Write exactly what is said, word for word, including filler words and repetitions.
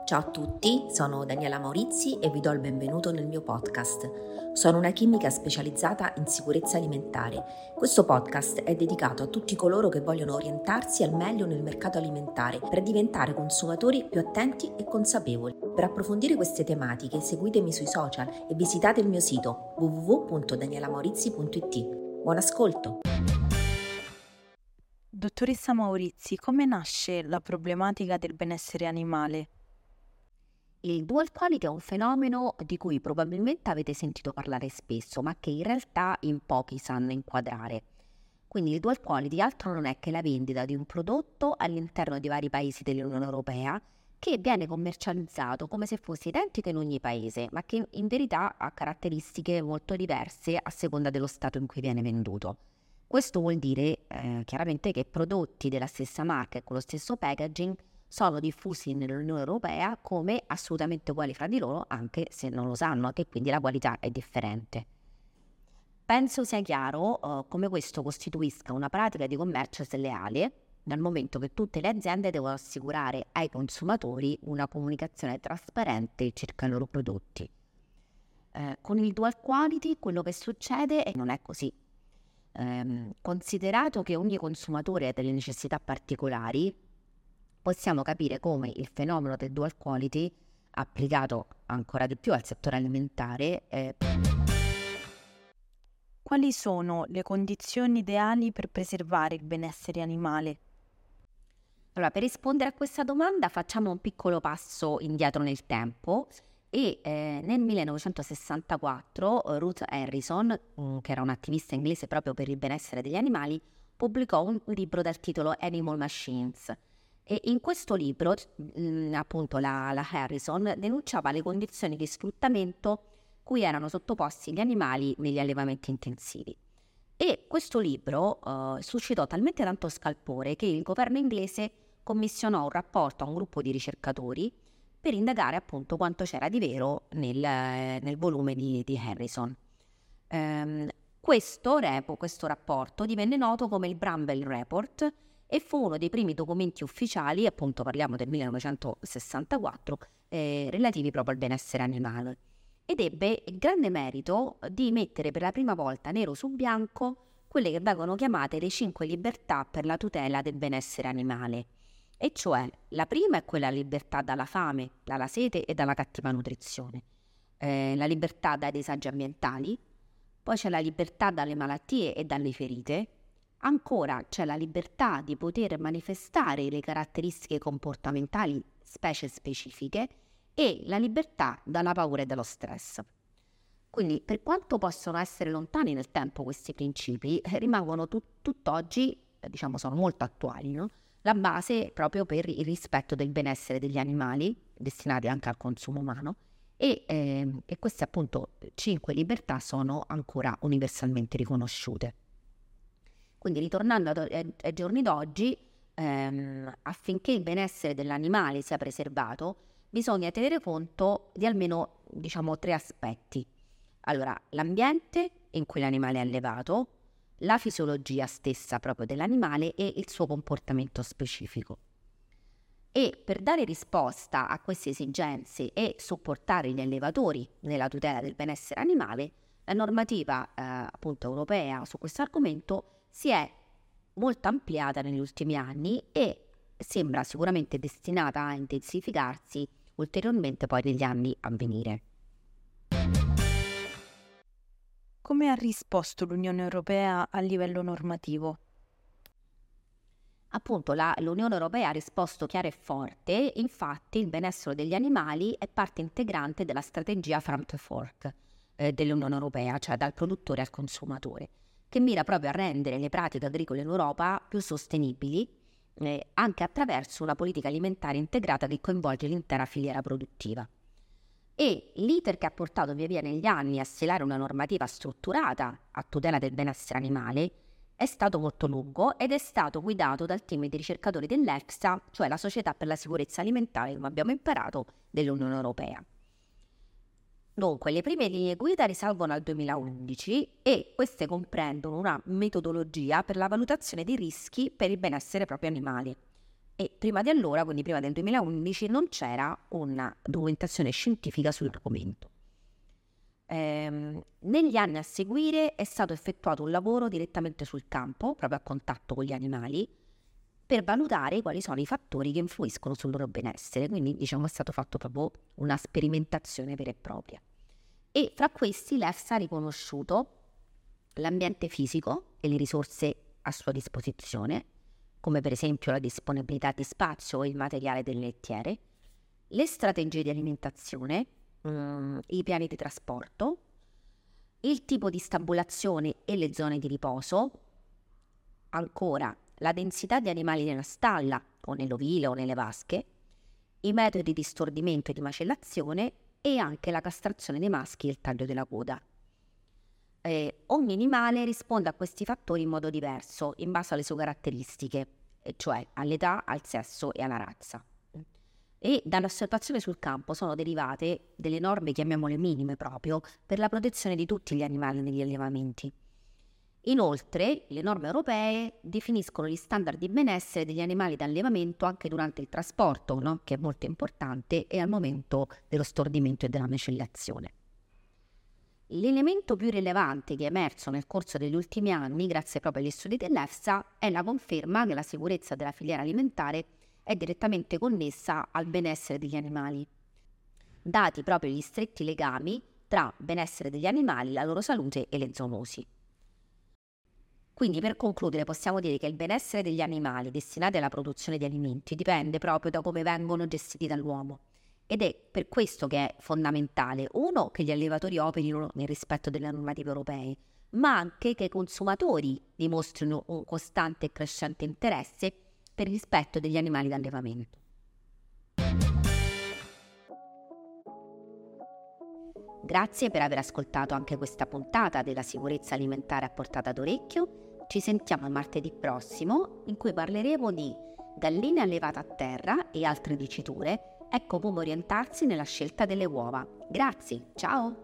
Ciao a tutti, sono Daniela Maurizi e vi do il benvenuto nel mio podcast. Sono una chimica specializzata in sicurezza alimentare. Questo podcast è dedicato a tutti coloro che vogliono orientarsi al meglio nel mercato alimentare per diventare consumatori più attenti e consapevoli. Per approfondire queste tematiche seguitemi sui social e visitate il mio sito w w w punto daniela maurizzi punto i t. Buon ascolto! Dottoressa Maurizi, come nasce la problematica del benessere animale? Il dual quality è un fenomeno di cui probabilmente avete sentito parlare spesso, ma che in realtà in pochi sanno inquadrare. Quindi il dual quality altro non è che la vendita di un prodotto all'interno di vari paesi dell'Unione Europea che viene commercializzato come se fosse identico in ogni paese, ma che in verità ha caratteristiche molto diverse a seconda dello stato in cui viene venduto. Questo vuol dire eh, chiaramente che prodotti della stessa marca e con lo stesso packaging sono diffusi nell'Unione Europea come assolutamente uguali fra di loro, anche se non lo sanno, che quindi la qualità è differente. Penso sia chiaro uh, come questo costituisca una pratica di commercio sleale, dal momento che tutte le aziende devono assicurare ai consumatori una comunicazione trasparente circa i loro prodotti. Uh, con il dual quality quello che succede è che non è così. Um, considerato che ogni consumatore ha delle necessità particolari, possiamo capire come il fenomeno del dual quality, applicato ancora di più al settore alimentare, eh... Quali sono le condizioni ideali per preservare il benessere animale? Allora, per rispondere a questa domanda facciamo un piccolo passo indietro nel tempo e eh, nel millenovecentosessantaquattro Ruth Harrison, mh, che era un'attivista inglese proprio per il benessere degli animali, pubblicò un libro dal titolo Animal Machines. E in questo libro, mh, appunto, la, la Harrison denunciava le condizioni di sfruttamento cui erano sottoposti gli animali negli allevamenti intensivi. E questo libro uh, suscitò talmente tanto scalpore che il governo inglese commissionò un rapporto a un gruppo di ricercatori per indagare appunto quanto c'era di vero nel, nel volume di, di Harrison. Um, questo, repo, questo rapporto divenne noto come il Bramble Report e fu uno dei primi documenti ufficiali, appunto parliamo del millenovecentosessantaquattro, eh, relativi proprio al benessere animale. Ed ebbe il grande merito di mettere per la prima volta nero su bianco quelle che vengono chiamate le cinque libertà per la tutela del benessere animale. E cioè, la prima è quella libertà dalla fame, dalla sete e dalla cattiva nutrizione. Eh, la libertà dai disagi ambientali, poi c'è la libertà dalle malattie e dalle ferite. Ancora c'è la libertà di poter manifestare le caratteristiche comportamentali specie specifiche e la libertà dalla paura e dallo stress. Quindi, per quanto possono essere lontani nel tempo questi principi, eh, rimangono tut- tutt'oggi, eh, diciamo, sono molto attuali, no? La base proprio per il rispetto del benessere degli animali, destinati anche al consumo umano, e, eh, e queste appunto cinque libertà sono ancora universalmente riconosciute. Quindi ritornando ai, ai giorni d'oggi, ehm, affinché il benessere dell'animale sia preservato, bisogna tenere conto di almeno, diciamo, tre aspetti. Allora, l'ambiente in cui l'animale è allevato, la fisiologia stessa proprio dell'animale e il suo comportamento specifico. E per dare risposta a queste esigenze e supportare gli allevatori nella tutela del benessere animale, la normativa eh, appunto europea su questo argomento si è molto ampliata negli ultimi anni e sembra sicuramente destinata a intensificarsi ulteriormente poi negli anni a venire. Come ha risposto l'Unione Europea a livello normativo? Appunto la, l'Unione Europea ha risposto chiaro e forte, infatti il benessere degli animali è parte integrante della strategia Farm to Fork eh, dell'Unione Europea, cioè dal produttore al consumatore, che mira proprio a rendere le pratiche agricole in Europa più sostenibili, eh, anche attraverso una politica alimentare integrata che coinvolge l'intera filiera produttiva. E l'iter che ha portato via via negli anni a stilare una normativa strutturata a tutela del benessere animale è stato molto lungo ed è stato guidato dal team di ricercatori dell'EFSA, cioè la Società per la Sicurezza Alimentare, come abbiamo imparato, dell'Unione Europea. Dunque, le prime linee guida risalgono al duemilaundici e queste comprendono una metodologia per la valutazione dei rischi per il benessere proprio animale. e prima di allora, quindi prima del duemilaundici, non c'era una documentazione scientifica sull'argomento. Ehm, negli anni a seguire è stato effettuato un lavoro direttamente sul campo, proprio a contatto con gli animali, per valutare quali sono i fattori che influiscono sul loro benessere, quindi diciamo è stato fatto proprio una sperimentazione vera e propria. E fra questi l'E F S A ha riconosciuto l'ambiente fisico e le risorse a sua disposizione, come per esempio la disponibilità di spazio o il materiale delle lettiere, le strategie di alimentazione, mh, i piani di trasporto, il tipo di stabulazione e le zone di riposo, ancora la densità di animali nella stalla o nell'ovile o nelle vasche, i metodi di stordimento e di macellazione e anche la castrazione dei maschi e il taglio della coda. Eh, ogni animale risponde a questi fattori in modo diverso, in base alle sue caratteristiche, e cioè all'età, al sesso e alla razza. E dall'osservazione sul campo sono derivate delle norme, chiamiamole minime proprio, per la protezione di tutti gli animali negli allevamenti. Inoltre, le norme europee definiscono gli standard di benessere degli animali d'allevamento anche durante il trasporto, no? Che è molto importante, e al momento dello stordimento e della macellazione. L'elemento più rilevante che è emerso nel corso degli ultimi anni, grazie proprio agli studi dell'E F S A, è la conferma che la sicurezza della filiera alimentare è direttamente connessa al benessere degli animali, dati proprio gli stretti legami tra benessere degli animali, la loro salute e le zoonosi. Quindi, per concludere, possiamo dire che il benessere degli animali destinati alla produzione di alimenti dipende proprio da come vengono gestiti dall'uomo. Ed è per questo che è fondamentale, uno, che gli allevatori operino nel rispetto delle normative europee, ma anche che i consumatori dimostrino un costante e crescente interesse per il rispetto degli animali d'allevamento. Grazie per aver ascoltato anche questa puntata della sicurezza alimentare a portata d'orecchio. Ci sentiamo martedì prossimo, in cui parleremo di galline allevate a terra e altre diciture. Ecco come orientarsi nella scelta delle uova. Grazie, ciao!